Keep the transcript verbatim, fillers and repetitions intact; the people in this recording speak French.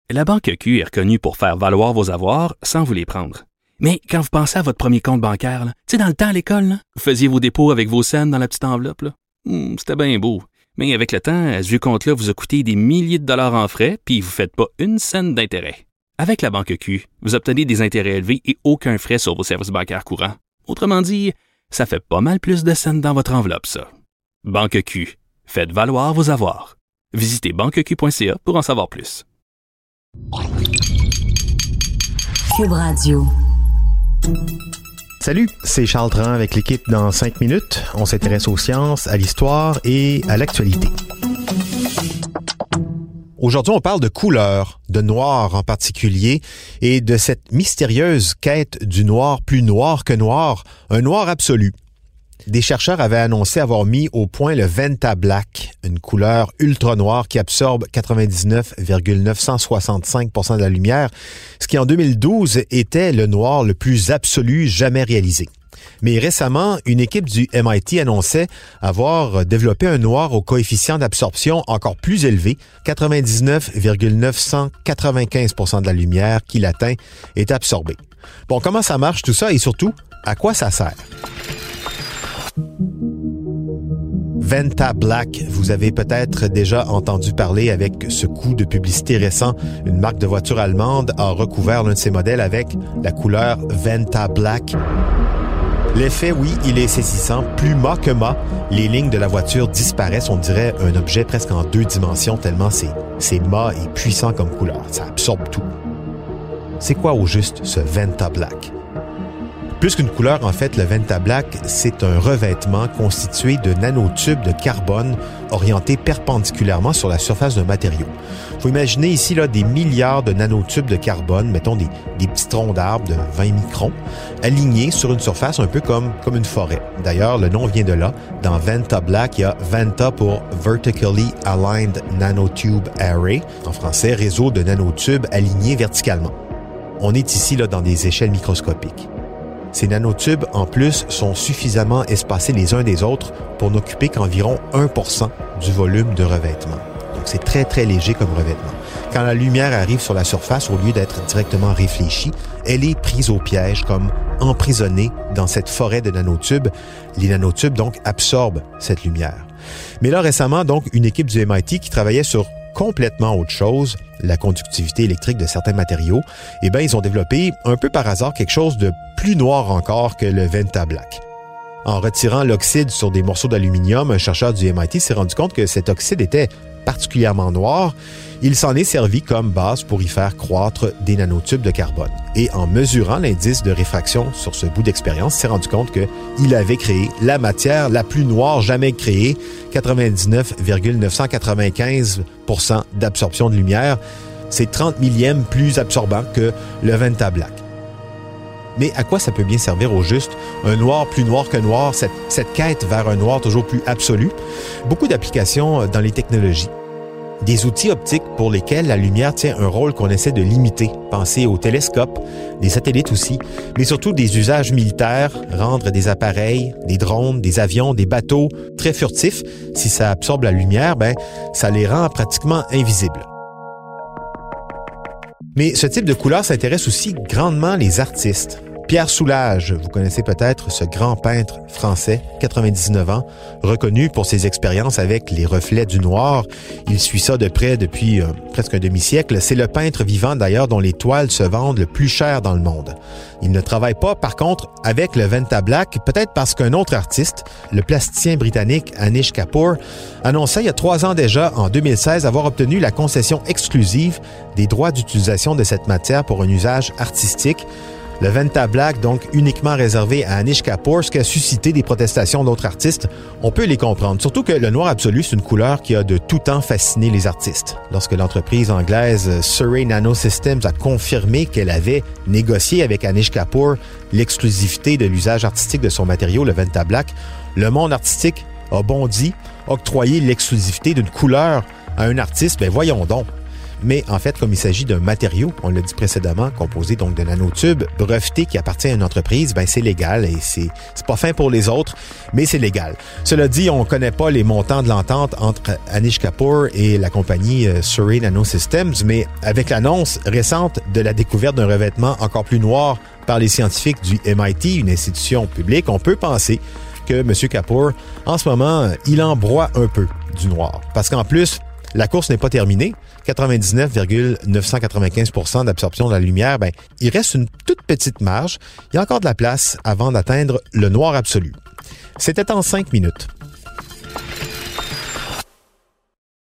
La Banque Q est reconnue pour faire valoir vos avoirs sans vous les prendre. Mais quand vous pensez à votre premier compte bancaire, tu sais, dans le temps à l'école, là, vous faisiez vos dépôts avec vos scènes dans la petite enveloppe. Là. Hum, c'était bien beau. Mais avec le temps, ce vieux compte-là vous a coûté des milliers de dollars en frais, puis vous ne faites pas une scène d'intérêt. Avec la Banque Q, vous obtenez des intérêts élevés et aucun frais sur vos services bancaires courants. Autrement dit, ça fait pas mal plus de scènes dans votre enveloppe, ça. Banque Q. Faites valoir vos avoirs. Visitez banque q point c a pour en savoir plus. Cube Radio. Salut, c'est Charles Tran avec l'équipe dans cinq minutes. On s'intéresse aux sciences, à l'histoire et à l'actualité. Aujourd'hui, on parle de couleur, de noir en particulier, et de cette mystérieuse quête du noir plus noir que noir, un noir absolu. Des chercheurs avaient annoncé avoir mis au point le Venta Black, une couleur ultra noire qui absorbe quatre-vingt-dix-neuf virgule neuf cent soixante-cinq pour cent de la lumière, ce qui en deux mille douze était le noir le plus absolu jamais réalisé. Mais récemment, une équipe du M I T annonçait avoir développé un noir au coefficient d'absorption encore plus élevé, quatre-vingt-dix-neuf virgule neuf cent quatre-vingt-quinze pour cent de la lumière qu'il atteint est absorbée. Bon, comment ça marche tout ça et surtout, à quoi ça sert? Venta Black, vous avez peut-être déjà entendu parler avec ce coup de publicité récent. Une marque de voiture allemande a recouvert l'un de ses modèles avec la couleur Venta Black. L'effet, oui, il est saisissant. Plus mat que mat, les lignes de la voiture disparaissent. On dirait un objet presque en deux dimensions tellement c'est, c'est mat et puissant comme couleur. Ça absorbe tout. C'est quoi au juste ce Venta Black? Plus qu'une couleur, en fait, le Venta Black, c'est un revêtement constitué de nanotubes de carbone orientés perpendiculairement sur la surface d'un matériau. Il faut imaginer ici là, des milliards de nanotubes de carbone, mettons des, des petits troncs d'arbres de vingt microns, alignés sur une surface un peu comme, comme une forêt. D'ailleurs, le nom vient de là. Dans Venta Black, il y a Venta pour Vertically Aligned Nanotube Array, en français, réseau de nanotubes alignés verticalement. On est ici là, dans des échelles microscopiques. Ces nanotubes, en plus, sont suffisamment espacés les uns des autres pour n'occuper qu'environ un pour cent du volume de revêtement. Donc, c'est très, très léger comme revêtement. Quand la lumière arrive sur la surface, au lieu d'être directement réfléchie, elle est prise au piège, comme emprisonnée dans cette forêt de nanotubes. Les nanotubes, donc, absorbent cette lumière. Mais là, récemment, donc, une équipe du M I T qui travaillait sur complètement autre chose, la conductivité électrique de certains matériaux, eh bien, ils ont développé, un peu par hasard, quelque chose de plus noir encore que le Venta Black. En retirant l'oxyde sur des morceaux d'aluminium, un chercheur du M I T s'est rendu compte que cet oxyde était particulièrement noir. Il s'en est servi comme base pour y faire croître des nanotubes de carbone. Et en mesurant l'indice de réfraction sur ce bout d'expérience, il s'est rendu compte qu'il avait créé la matière la plus noire jamais créée, quatre-vingt-dix-neuf virgule neuf cent quatre-vingt-quinze pour cent d'absorption de lumière. C'est trente millièmes plus absorbant que le Venta Black. Mais à quoi ça peut bien servir au juste? Un noir plus noir que noir, cette, cette quête vers un noir toujours plus absolu. Beaucoup d'applications dans les technologies. Des outils optiques pour lesquels la lumière tient un rôle qu'on essaie de limiter. Pensez aux télescopes, des satellites aussi, mais surtout des usages militaires, rendre des appareils, des drones, des avions, des bateaux très furtifs. Si ça absorbe la lumière, ben, ça les rend pratiquement invisibles. Mais ce type de couleur s'intéresse aussi grandement les artistes. Pierre Soulages, vous connaissez peut-être ce grand peintre français, quatre-vingt-dix-neuf ans, reconnu pour ses expériences avec les reflets du noir. Il suit ça de près depuis euh, presque un demi-siècle. C'est le peintre vivant d'ailleurs dont les toiles se vendent le plus cher dans le monde. Il ne travaille pas, par contre, avec le Venta Black, peut-être parce qu'un autre artiste, le plasticien britannique Anish Kapoor, annonçait il y a trois ans déjà, en deux mille seize, avoir obtenu la concession exclusive des droits d'utilisation de cette matière pour un usage artistique. Le Venta Black, donc uniquement réservé à Anish Kapoor, ce qui a suscité des protestations d'autres artistes, on peut les comprendre. Surtout que le noir absolu, c'est une couleur qui a de tout temps fasciné les artistes. Lorsque l'entreprise anglaise Surrey Nanosystems a confirmé qu'elle avait négocié avec Anish Kapoor l'exclusivité de l'usage artistique de son matériau, le Venta Black, le monde artistique a bondi, octroyé l'exclusivité d'une couleur à un artiste. Ben voyons donc. mais en fait, comme il s'agit d'un matériau, on l'a dit précédemment, composé donc de nanotubes brevetés qui appartient à une entreprise, ben c'est légal et c'est, c'est pas fin pour les autres, mais c'est légal. Cela dit, on connaît pas les montants de l'entente entre Anish Kapoor et la compagnie Surrey Nanosystems, mais avec l'annonce récente de la découverte d'un revêtement encore plus noir par les scientifiques du M I T, une institution publique, on peut penser que M. Kapoor, en ce moment, il en broie un peu du noir. Parce qu'en plus, la course n'est pas terminée. quatre-vingt-dix-neuf virgule neuf cent quatre-vingt-quinze pour cent d'absorption de la lumière, ben, il reste une toute petite marge. Il y a encore de la place avant d'atteindre le noir absolu. C'était en cinq minutes.